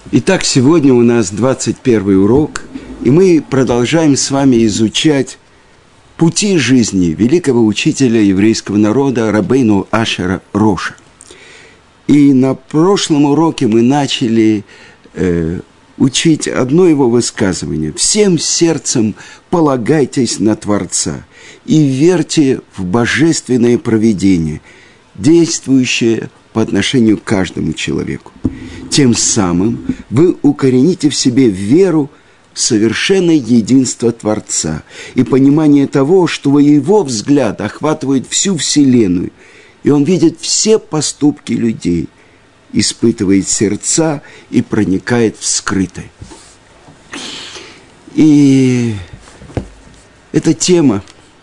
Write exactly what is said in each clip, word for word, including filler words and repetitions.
Итак, сегодня у нас двадцать первый урок, и мы продолжаем с вами изучать пути жизни великого учителя еврейского народа Рабейну Ашера Роша. И на прошлом уроке мы начали э, учить одно его высказывание: «Всем сердцем полагайтесь на Творца и верьте в божественное провидение, действующее по отношению к каждому человеку. Тем самым вы укорените в себе веру в совершенное единство Творца и понимание того, что его взгляд охватывает всю Вселенную, и он видит все поступки людей, испытывает сердца и проникает в скрытое». И эта тема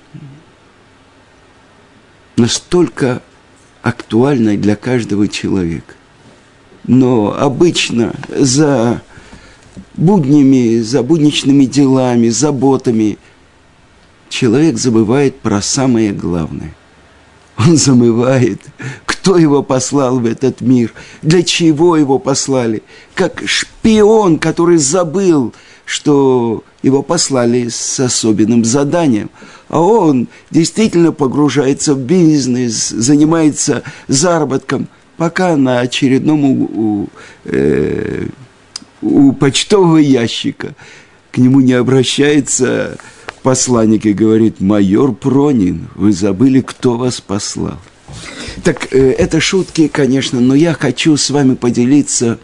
настолько актуальна для каждого человека. Но обычно за буднями, за будничными делами, заботами человек забывает про самое главное. Он забывает, кто его послал в этот мир, для чего его послали, как шпион, который забыл, что его послали с особенным заданием. А он действительно погружается в бизнес, занимается заработком, пока на очередном у, у, э, у почтового ящика к нему не обращается посланник и говорит: «Майор Пронин, вы забыли, кто вас послал». Так, э, это шутки, конечно, но я хочу с вами поделиться,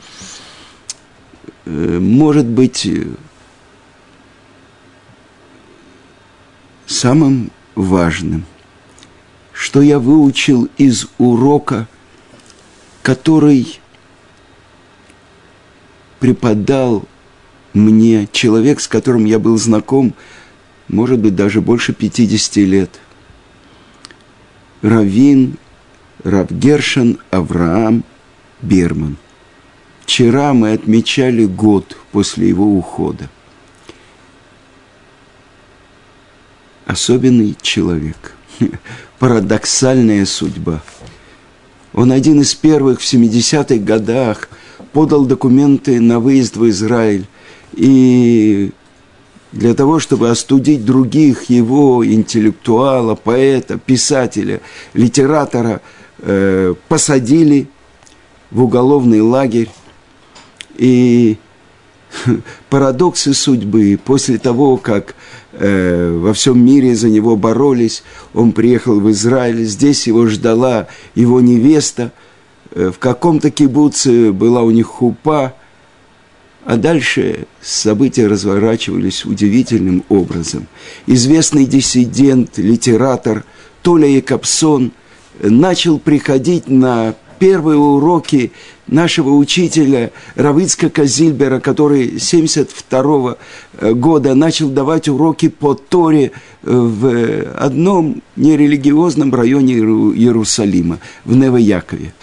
э, может быть, самым важным, что я выучил из урока, который преподал мне человек, с которым я был знаком, может быть, даже больше пятидесяти лет. Раввин Рав Гершон Авраам Берман. Вчера мы отмечали год после его ухода. Особенный человек, парадоксальная судьба. Он один из первых в семидесятых годах подал документы на выезд в Израиль. И для того, чтобы остудить других, его интеллектуала, поэта, писателя, литератора, э, посадили в уголовный лагерь. И парадоксы судьбы: после того, как э, во всем мире за него боролись, он приехал в Израиль, здесь его ждала его невеста, э, в каком-то кибуце была у них хупа, а дальше события разворачивались удивительным образом. Известный диссидент, литератор Толя Якобсон начал приходить на первые уроки нашего учителя Рава Ицхака Зильбера, который с семьдесят второго года начал давать уроки по Торе в одном нерелигиозном районе Иерусалима, в Неве-Якове.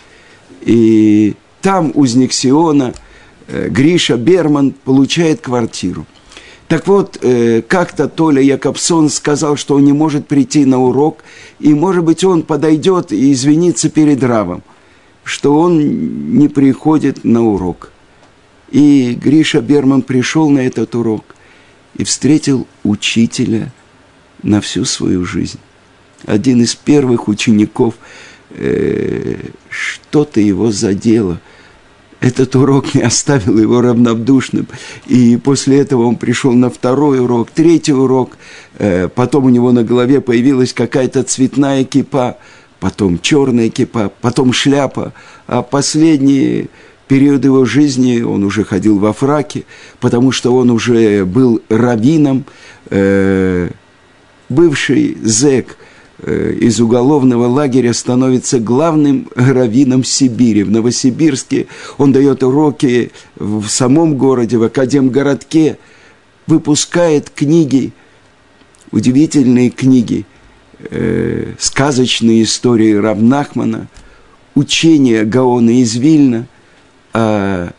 И там узник Сиона Гриша Берман получает квартиру. Так вот, как-то Толя Якобсон сказал, что он не может прийти на урок, и, может быть, он подойдет и извинится перед Равом, что он не приходит на урок. И Гриша Берман пришел на этот урок и встретил учителя на всю свою жизнь. Один из первых учеников, э, что-то его задело. Этот урок не оставил его равнодушным. И после этого он пришел на второй урок, третий урок. Э, потом у него на голове появилась какая-то цветная кипа, потом черная кипа, потом шляпа. А последние периоды его жизни он уже ходил во фраке, потому что он уже был раввином. Э, бывший зэк э, из уголовного лагеря становится главным раввином Сибири. В Новосибирске он дает уроки в самом городе, в академгородке, выпускает книги, удивительные книги, э, сказочные истории Рав Нахмана, учение Гаона из Вильна. А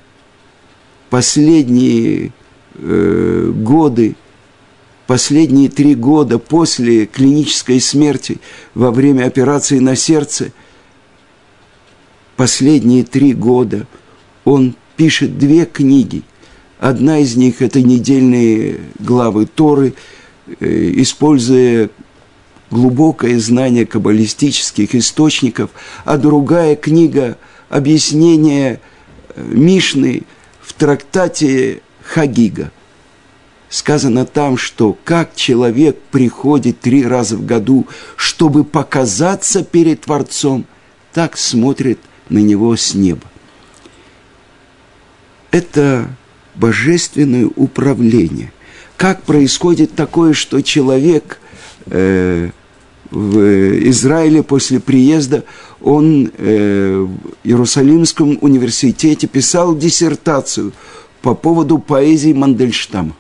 последние э, годы, последние три года после клинической смерти во время операции на сердце, последние три года он пишет две книги. Одна из них – это недельные главы Торы, используя глубокое знание каббалистических источников, а другая книга – объяснение Мишны в трактате Хагига. Сказано там, что как человек приходит три раза в году, чтобы показаться перед Творцом, так смотрит на него с неба. Это божественное управление. Как происходит такое, что человек э, в Израиле после приезда, он э, в Иерусалимском университете писал диссертацию по поводу поэзии Мандельштама.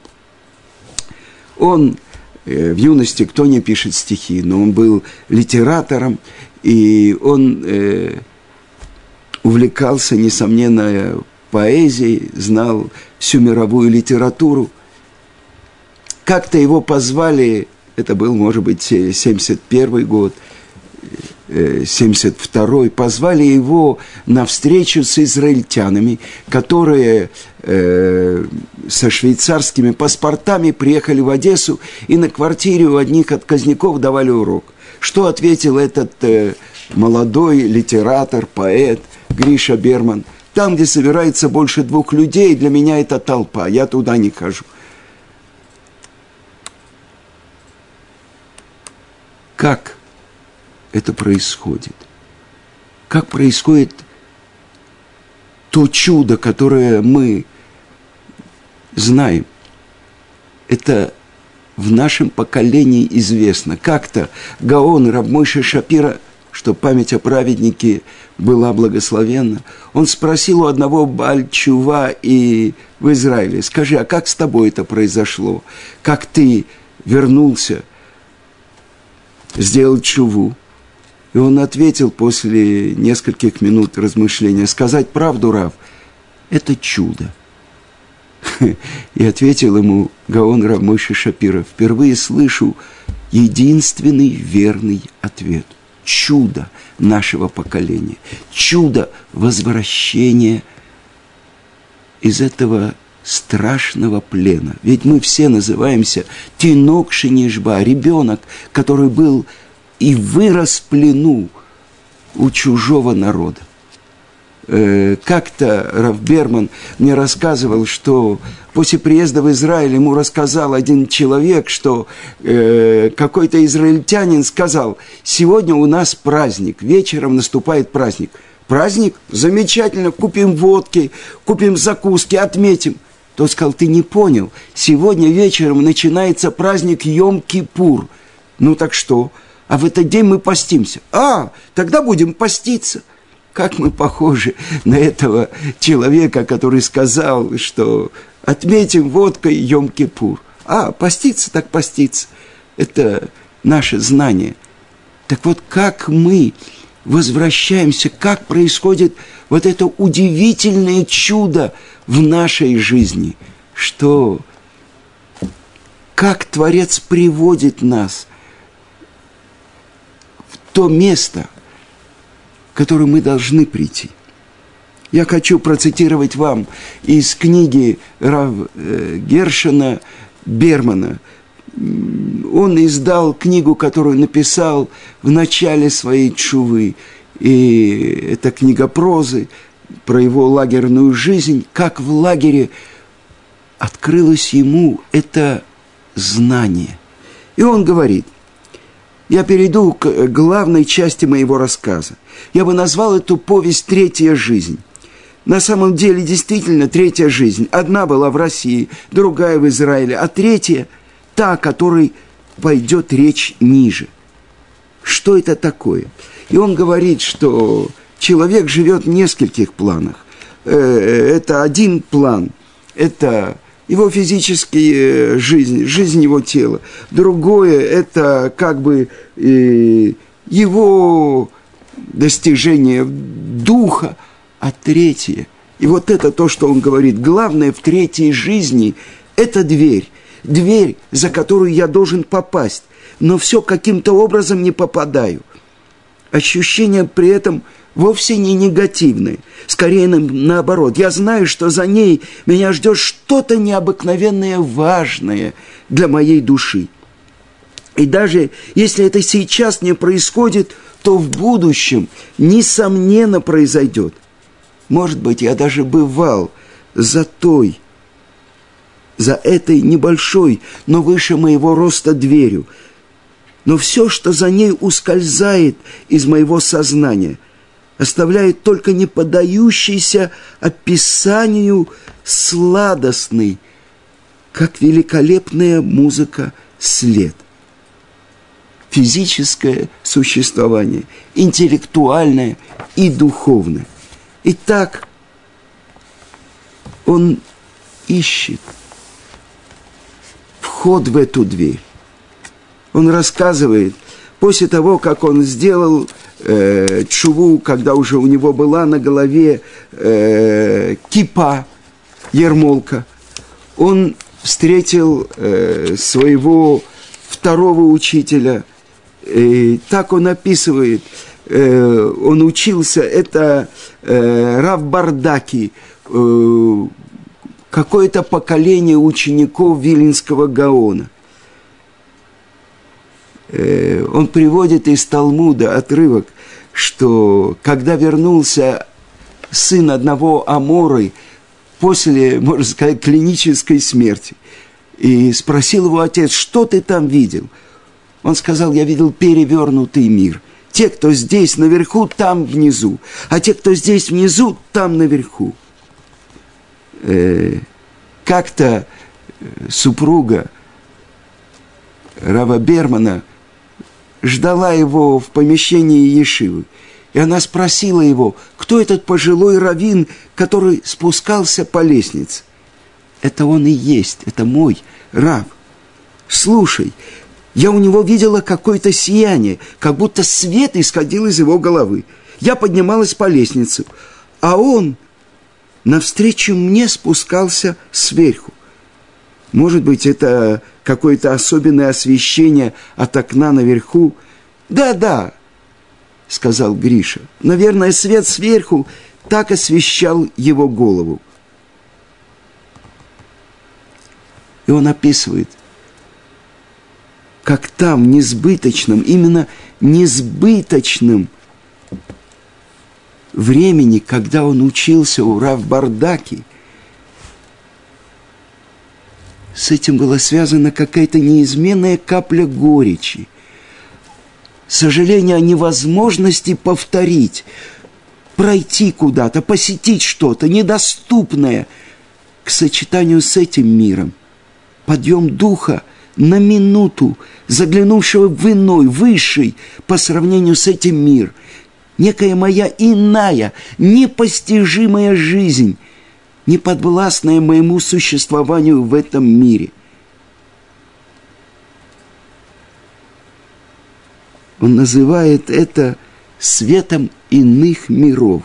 Он э, в юности, кто не пишет стихи, но он был литератором, и он э, увлекался, несомненно, поэзией, знал всю мировую литературу. Как-то его позвали, это был, может быть, семьдесят первый год, семьдесят второй, позвали его на встречу с израильтянами, которые э, со швейцарскими паспортами приехали в Одессу и на квартире у одних отказников давали урок. Что ответил этот э, молодой литератор, поэт Гриша Берман? Там, где собирается больше двух людей, для меня это толпа, я туда не хожу. Как это происходит? Как происходит то чудо, которое мы знаем? Это в нашем поколении известно. Как-то Гаон Рав Мойше Шапира, что память о праведнике была благословенна, он спросил у одного Бааль-Тшува и в Израиле: скажи, а как с тобой это произошло? Как ты вернулся, сделал тшуву? И он ответил после нескольких минут размышления: сказать правду, Рав, это чудо. И ответил ему Гаон Рав Мойше Шапира: впервые слышу единственный верный ответ. Чудо нашего поколения, чудо возвращения из этого страшного плена. Ведь мы все называемся тинок шенишба, ребенок, который был и вырос в плену у чужого народа. Э, как-то Рав Берман мне рассказывал, что после приезда в Израиль ему рассказал один человек, что э, какой-то израильтянин сказал: сегодня у нас праздник, вечером наступает праздник. Праздник? Замечательно, купим водки, купим закуски, отметим. Тот сказал: ты не понял, сегодня вечером начинается праздник Йом-Кипур. Ну так что? А в этот день мы постимся. А, тогда будем поститься. Как мы похожи на этого человека, который сказал, что отметим водкой Йом-Кипур. А, поститься так поститься. Это наше знание. Так вот, как мы возвращаемся, как происходит вот это удивительное чудо в нашей жизни, что как Творец приводит нас в то место, в которое мы должны прийти. Я хочу процитировать вам из книги Рав Гершона Бермана. Он издал книгу, которую написал в начале своей тшувы. И это книга прозы про его лагерную жизнь, как в лагере открылось ему это знание. И он говорит: я перейду к главной части моего рассказа. Я бы назвал эту повесть «Третья жизнь». На самом деле, действительно, третья жизнь. Одна была в России, другая в Израиле, а третья – та, о которой пойдет речь ниже. Что это такое? И он говорит, что человек живет в нескольких планах. Это один план – это его физическая жизнь, жизнь его тела. Другое – это как бы его достижение духа. А третье, и вот это то, что он говорит, главное в третьей жизни – это дверь. Дверь, за которую я должен попасть, но все каким-то образом не попадаю. Ощущение при этом вовсе не негативная, скорее наоборот. Я знаю, что за ней меня ждет что-то необыкновенное, важное для моей души. И даже если это сейчас не происходит, то в будущем, несомненно, произойдет. Может быть, я даже бывал за той, за этой небольшой, но выше моего роста дверью. Но все, что за ней ускользает из моего сознания, оставляет только не поддающийся описанию сладостный, как великолепная музыка, след. Физическое существование, интеллектуальное и духовное. Итак, он ищет вход в эту дверь. Он рассказывает, после того, как он сделал э, тшуву, когда уже у него была на голове э, кипа, ермолка, он встретил э, своего второго учителя. И так он описывает, э, он учился, это э, Рав Бардаки, э, какое-то поколение учеников Виленского Гаона. Э, он приводит из Талмуда отрывок, что когда вернулся сын одного Аморы после, можно сказать, клинической смерти, и спросил его отец, что ты там видел? Он сказал, я видел перевернутый мир. Те, кто здесь наверху, там внизу. А те, кто здесь внизу, там наверху. Э, как-то супруга Рава Бермана ждала его в помещении ешивы. И она спросила его, кто этот пожилой раввин, который спускался по лестнице. Это он и есть, это мой Рав. Слушай, я у него видела какое-то сияние, как будто свет исходил из его головы. Я поднималась по лестнице, а он навстречу мне спускался сверху. Может быть, это какое-то особенное освещение от окна наверху? Да-да, сказал Гриша. Наверное, свет сверху так освещал его голову. И он описывает, как там, несбыточном, именно несбыточном времени, когда он учился у Рав Бардаки, с этим была связана какая-то неизменная капля горечи, сожаление о невозможности повторить, пройти куда-то, посетить что-то недоступное к сочетанию с этим миром. Подъем духа на минуту, заглянувшего в иной, высший по сравнению с этим мир. Некая моя иная, непостижимая жизнь, неподвластная моему существованию в этом мире. Он называет это светом иных миров.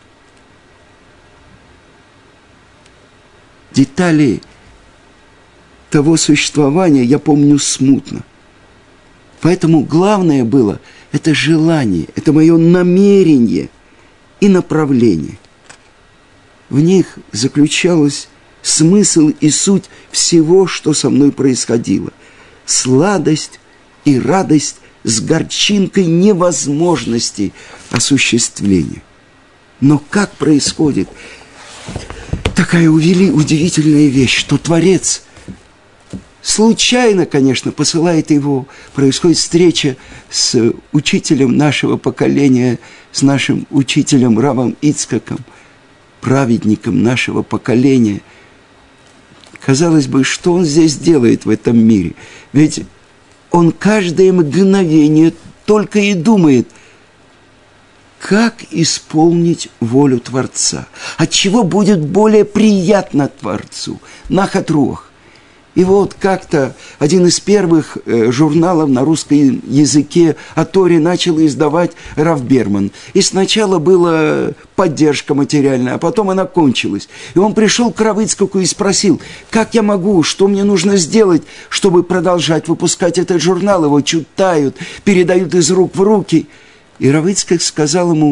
Детали того существования я помню смутно. Поэтому главное было это желание, это мое намерение и направление. В них заключалось смысл и суть всего, что со мной происходило. Сладость и радость с горчинкой невозможности осуществления. Но как происходит такая удивительная вещь, что Творец случайно, конечно, посылает его, происходит встреча с учителем нашего поколения, с нашим учителем Равом Ицхаком, праведником нашего поколения. Казалось бы, что он здесь делает в этом мире? Ведь он каждое мгновение только и думает, как исполнить волю Творца, от чего будет более приятно Творцу, нахат руах. И вот как-то один из первых э, журналов на русском языке о Торе начал издавать Рав Берман. И сначала была поддержка материальная, а потом она кончилась. И он пришел к Раву Ицхаку и спросил, как я могу, что мне нужно сделать, чтобы продолжать выпускать этот журнал. Его читают, передают из рук в руки. И Рав Ицхак сказал ему,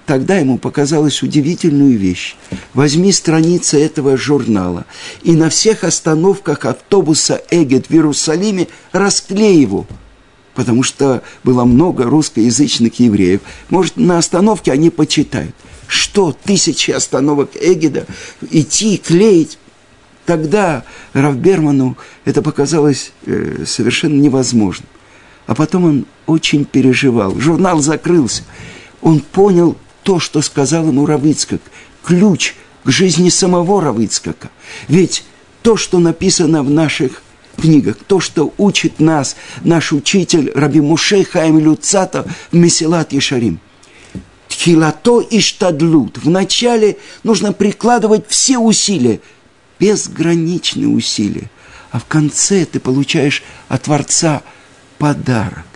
тогда ему показалась удивительную вещь. Возьми страницы этого журнала и на всех остановках автобуса «Эгет» в Иерусалиме расклей его, потому что было много русскоязычных евреев. Может, на остановке они почитают. Что, тысячи остановок «Эгеда» идти, клеить? Тогда рав Берману это показалось э, совершенно невозможным. А потом он очень переживал. Журнал закрылся. Он понял то, что сказал ему рав Ицхак, ключ к жизни самого рава Ицхака. Ведь то, что написано в наших книгах, то, что учит нас наш учитель раби Моше Хаим Люцатов в Месилат Ешарим. Тхилато и штадлут. Вначале нужно прикладывать все усилия, безграничные усилия. А в конце ты получаешь от Творца подарок.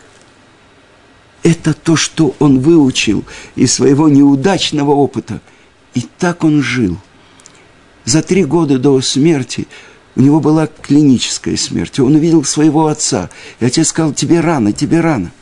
Это то, что он выучил из своего неудачного опыта. И так он жил. За три года до смерти у него была клиническая смерть. Он увидел своего отца. И отец сказал: тебе рано, тебе рано.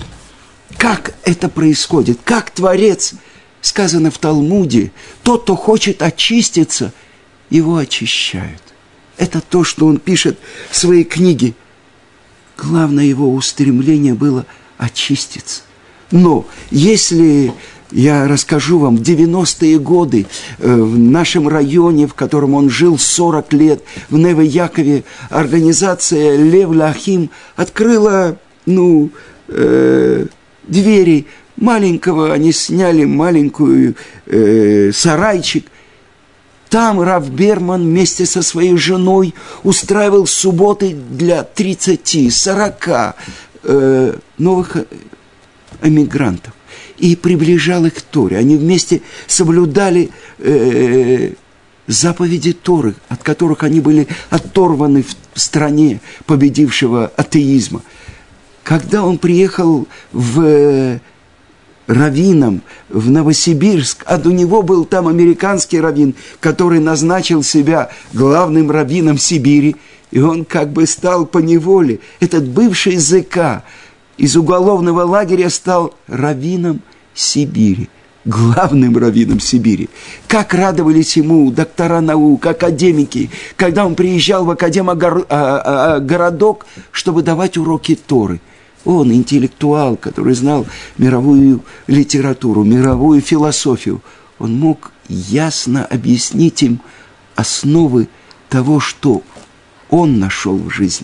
Как это происходит? Как Творец, сказано в Талмуде, тот, кто хочет очиститься, его очищают. Это то, что он пишет в своей книге. Главное его устремление было очиститься. Но если я расскажу вам, в девяностые годы в нашем районе, в котором он жил сорок лет, в Неве-Якове, организация Лев Лахим открыла, ну, э, двери маленького, они сняли маленькую э, сарайчик. Там рав Берман вместе со своей женой устраивал субботы для тридцати, сорока э, новых эмигрантов и приближал их к Торе. Они вместе соблюдали э, заповеди Торы, от которых они были оторваны в стране победившего атеизма. Когда он приехал в раввином в Новосибирск, а до него был там американский раввин, который назначил себя главным раввином Сибири, и он как бы стал поневоле, этот бывший ЗК из уголовного лагеря стал раввином Сибири, главным раввином Сибири. Как радовались ему доктора наук, академики, когда он приезжал в академогородок, чтобы давать уроки Торы. Он интеллектуал, который знал мировую литературу, мировую философию. Он мог ясно объяснить им основы того, что он нашел в жизни.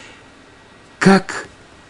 Как,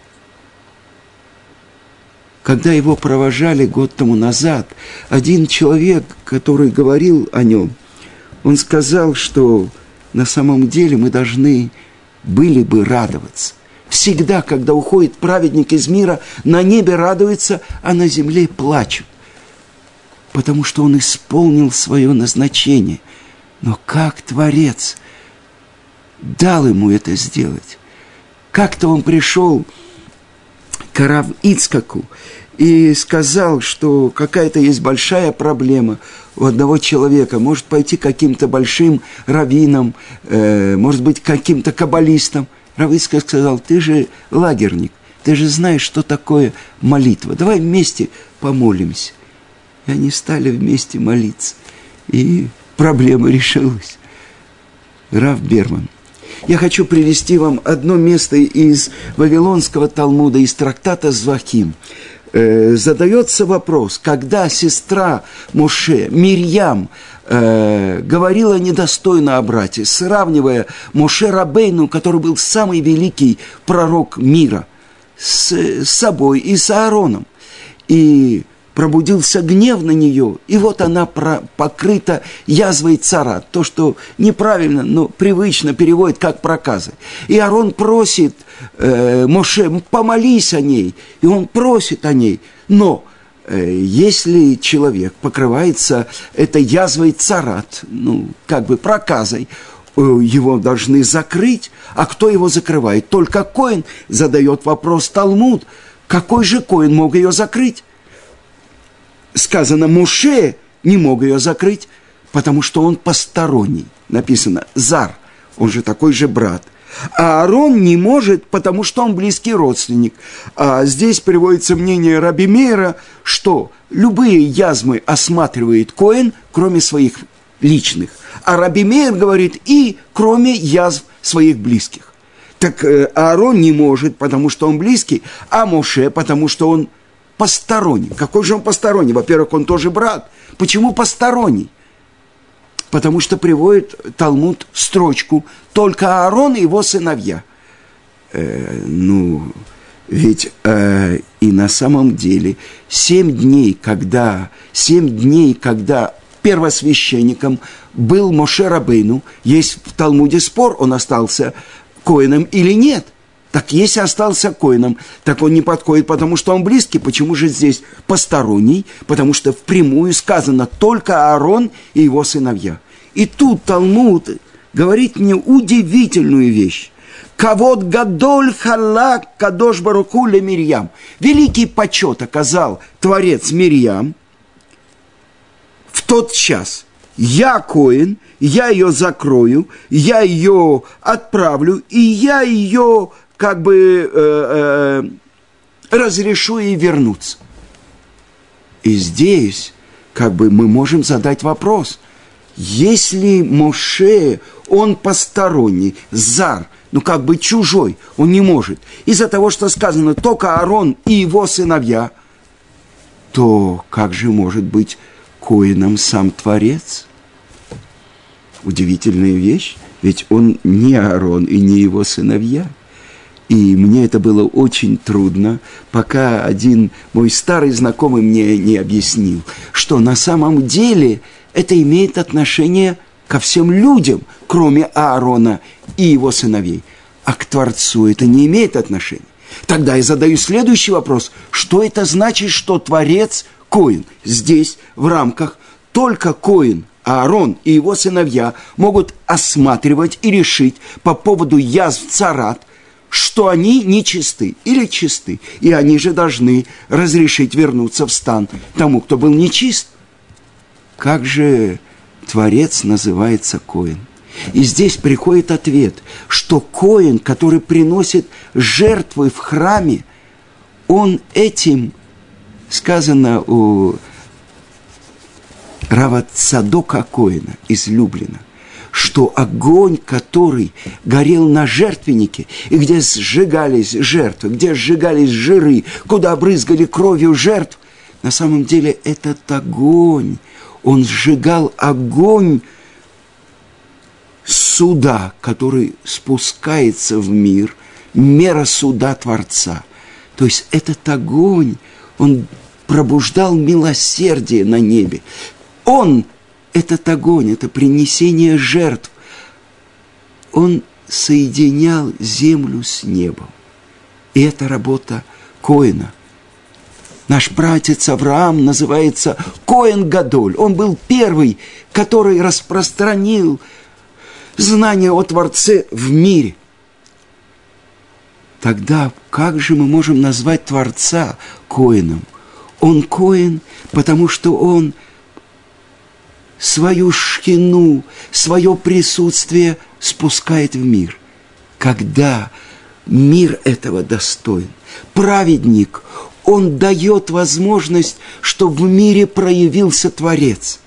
когда его провожали год тому назад, один человек, который говорил о нем, он сказал, что на самом деле мы должны были бы радоваться. Всегда, когда уходит праведник из мира, на небе радуется, а на земле плачут. Потому что он исполнил свое назначение. Но как Творец дал ему это сделать? Как-то он пришел к рав Ицхаку и сказал, что какая-то есть большая проблема у одного человека. Может пойти к каким-то большим раввинам, э, может быть, каким-то каббалистам. Рав Ицхак сказал: ты же лагерник, ты же знаешь, что такое молитва. Давай вместе помолимся. И они стали вместе молиться. И проблема решилась. Рав Берман. Я хочу привести вам одно место из Вавилонского Талмуда, из трактата Звахим. Э, задается вопрос, когда сестра Моше, Мирьям, э, говорила недостойно о брате, сравнивая Моше Рабейну, который был самый великий пророк мира, с, с собой и с Аароном. И пробудился гнев на нее, и вот она про, покрыта язвой цара, то, что неправильно, но привычно переводит как проказы. И Аарон просит э, Моше: помолись о ней, и он просит о ней. Но э, если человек покрывается этой язвой царат, ну, как бы проказой, э, его должны закрыть. А кто его закрывает? Только коэн. Задает вопрос Талмуд: какой же коэн мог ее закрыть? Сказано, Моше не мог ее закрыть, потому что он посторонний. Написано зар, он же такой же брат. А Аарон не может, потому что он близкий родственник. А здесь приводится мнение Раби Мейра, что любые язвы осматривает коэн, кроме своих личных. А Раби Мейр говорит, и кроме язв своих близких. Так Аарон не может, потому что он близкий, а Моше, потому что он посторонний. Какой же он посторонний? Во-первых, он тоже брат. Почему посторонний? Потому что приводит Талмуд строчку «Только Аарон и его сыновья». Э, ну, ведь э, и на самом деле семь дней, когда, семь дней, когда первосвященником был Моше Рабейну, есть в Талмуде спор, он остался коэном или нет. Так если остался коэном, так он не подходит, потому что он близкий. Почему же здесь посторонний? Потому что впрямую сказано только Аарон и его сыновья. И тут Талмуд говорит мне удивительную вещь. «Кавод гадоль халак кадош баруху ле Мирьям». Великий почет оказал Творец Мирьям в тот час. Я коэн, я ее закрою, я ее отправлю, и я ее как бы э, э, разрешу ей вернуться. И здесь как бы мы можем задать вопрос. Если Моше, он посторонний, зар, ну как бы чужой, он не может. Из-за того, что сказано только Аарон и его сыновья, то как же может быть коэном сам Творец? Удивительная вещь, ведь он не Аарон и не его сыновья. И мне это было очень трудно, пока один мой старый знакомый мне не объяснил, что на самом деле это имеет отношение ко всем людям, кроме Аарона и его сыновей. А к Творцу это не имеет отношения. Тогда я задаю следующий вопрос. Что это значит, что Творец коэн? Здесь, в рамках, только коэн, Аарон и его сыновья могут осматривать и решить по поводу язв царат, что они нечисты или чисты, и они же должны разрешить вернуться в стан тому, кто был нечист. Как же Творец называется коэн? И здесь приходит ответ, что коэн, который приносит жертвы в храме, он этим, сказано у Рава Цадока Коэна из Люблина, что огонь, который горел на жертвеннике, и где сжигались жертвы, где сжигались жиры, куда брызгали кровью жертв, на самом деле этот огонь, он сжигал огонь суда, который спускается в мир, мера суда Творца. То есть этот огонь, он пробуждал милосердие на небе. Он, этот огонь, это принесение жертв, он соединял землю с небом. И это работа коэна. Наш праотец Авраам называется Коэн Гадоль. Он был первый, который распространил знание о Творце в мире. Тогда как же мы можем назвать Творца коэном? Он коэн, потому что он свою шхину, свое присутствие спускает в мир. Когда мир этого достоин, праведник, он дает возможность, чтобы в мире проявился Творец.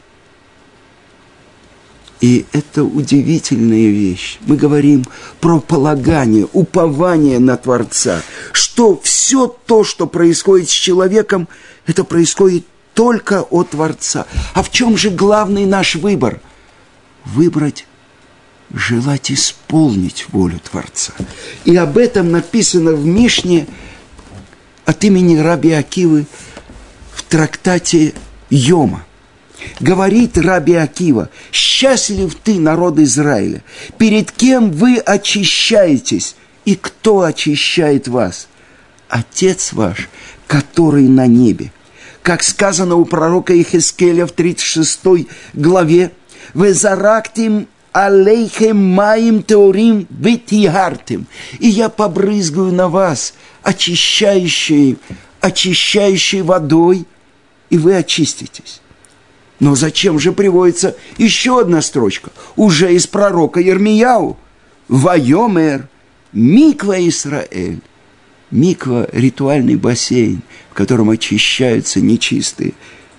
И это удивительная вещь. Мы говорим про полагание, упование на Творца, что все то, что происходит с человеком, это происходит только от Творца. А в чем же главный наш выбор? Выбрать, желать исполнить волю Творца. И об этом написано в Мишне от имени Раби Акивы в трактате Йома. Говорит Раби Акива: «Счастлив ты, народ Израиля, перед кем вы очищаетесь, и кто очищает вас? Отец ваш, который на небе». Как сказано у пророка Ихескеля в тридцать шестой главе: «Везарактим алейхем маим теорим витихартим». И я побрызгаю на вас очищающей, очищающей водой, и вы очиститесь. Но зачем же приводится еще одна строчка, уже из пророка Йирмияу? «Вайомер Миква Исраэль. Миква – ритуальный бассейн, в котором очищаются нечистые.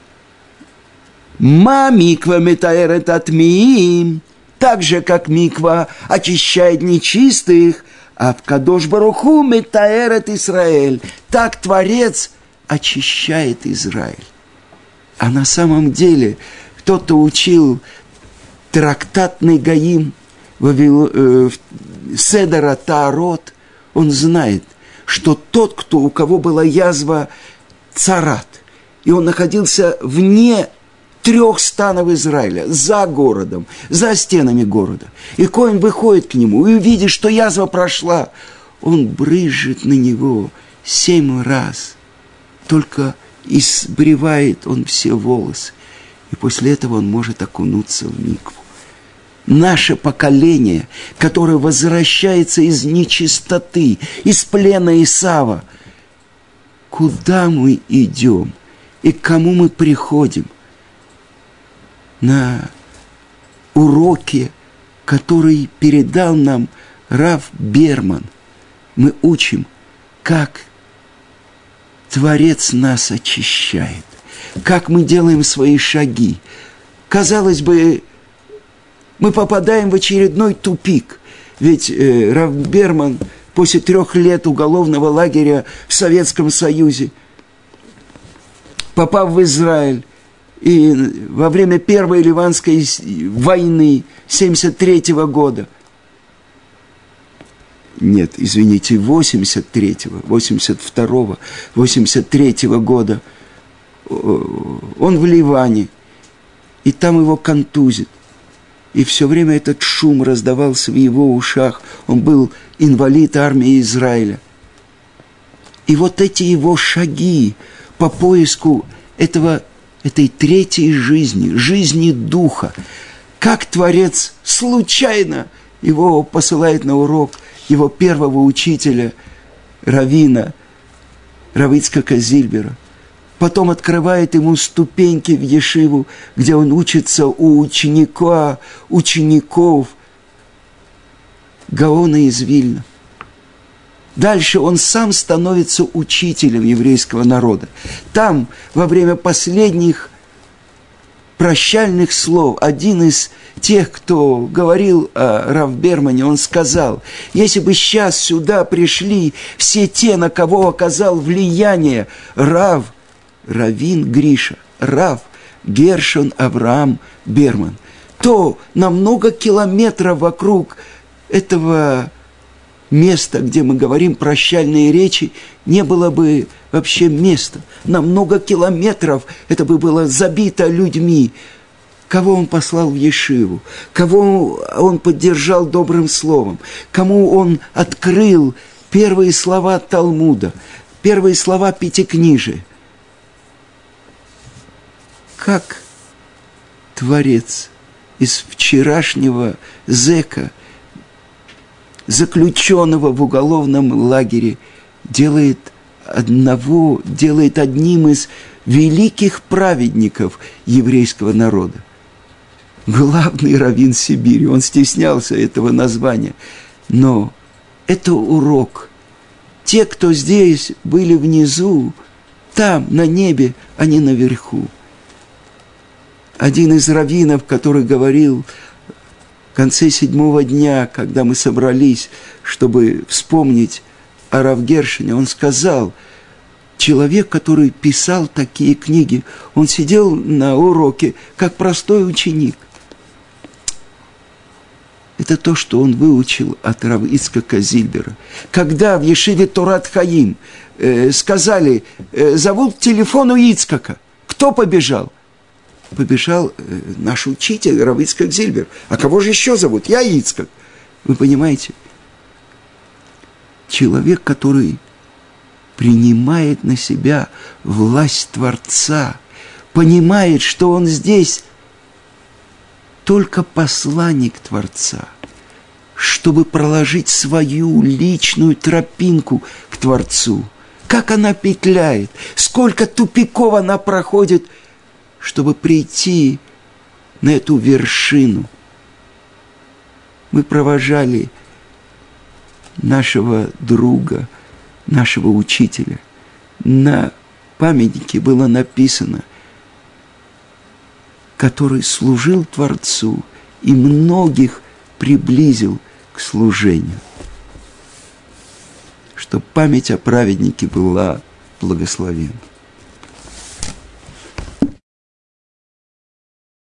Ма миква метаэрет атмиим. Так же, как миква очищает нечистых, а в Кадош Баруху метаэрет Исраэль. Так Творец очищает Израиль. А на самом деле кто-то учил трактатный Гаим Седера Таарот, он знает, что тот, кто, у кого была язва царат, и он находился вне трех станов Израиля, за городом, за стенами города, и коэн выходит к нему и увидит, что язва прошла, он брызжет на него семь раз, только избривает он все волосы, и после этого он может окунуться в микву. Наше поколение, которое возвращается из нечистоты, из плена Исава, куда мы идем и к кому мы приходим? На уроке, который передал нам Рав Берман, мы учим, как Творец нас очищает, как мы делаем свои шаги. Казалось бы, мы попадаем в очередной тупик. Ведь э, Рав Берман после трех лет уголовного лагеря в Советском Союзе, попав в Израиль, и во время Первой Ливанской войны семьдесят третьего года, нет, извините, восемьдесят третьего, восемьдесят второго, восемьдесят третьего года, он в Ливане, и там его контузит. И все время этот шум раздавался в его ушах. Он был инвалид армии Израиля. И вот эти его шаги по поиску этого, этой третьей жизни, жизни духа, как Творец случайно его посылает на урок его первого учителя, раввина, Рава Ицхака Зильбера. Потом открывает ему ступеньки в ешиву, где он учится у ученика, учеников Гаона из Вильна. Дальше он сам становится учителем еврейского народа. Там, во время последних прощальных слов, один из тех, кто говорил о Рав Бермане, он сказал: если бы сейчас сюда пришли все те, на кого оказал влияние Рав Равин Гриша, Рав Гершон Авраам Берман, то на много километров вокруг этого места, где мы говорим прощальные речи, не было бы вообще места. На много километров это бы было забито людьми. Кого он послал в ешиву, кого он поддержал добрым словом, кому он открыл первые слова Талмуда, первые слова Пятикнижия. Как Творец из вчерашнего зэка, заключенного в уголовном лагере, делает одного, делает одним из великих праведников еврейского народа. Главный раввин Сибири, он стеснялся этого названия. Но это урок. Те, кто здесь были внизу, там, на небе, они наверху. Один из раввинов, который говорил в конце седьмого дня, когда мы собрались, чтобы вспомнить о Рав Гершоне, он сказал, человек, который писал такие книги, он сидел на уроке, как простой ученик. Это то, что он выучил от Рава Ицхака Зильбера. Когда в ешиве Торат Хаим э, сказали, э, зовут к телефону Ицхака, кто побежал? Побежал э, наш учитель Рав Ицхак Зильбер. А кого же еще зовут? Я Ицхак. Вы понимаете? Человек, который принимает на себя власть Творца, понимает, что он здесь только посланник Творца, чтобы проложить свою личную тропинку к Творцу. Как она петляет, сколько тупиков она проходит, чтобы прийти на эту вершину. Мы провожали нашего друга, нашего учителя. На памятнике было написано, который служил Творцу и многих приблизил к служению. Чтобы память о праведнике была благословенна.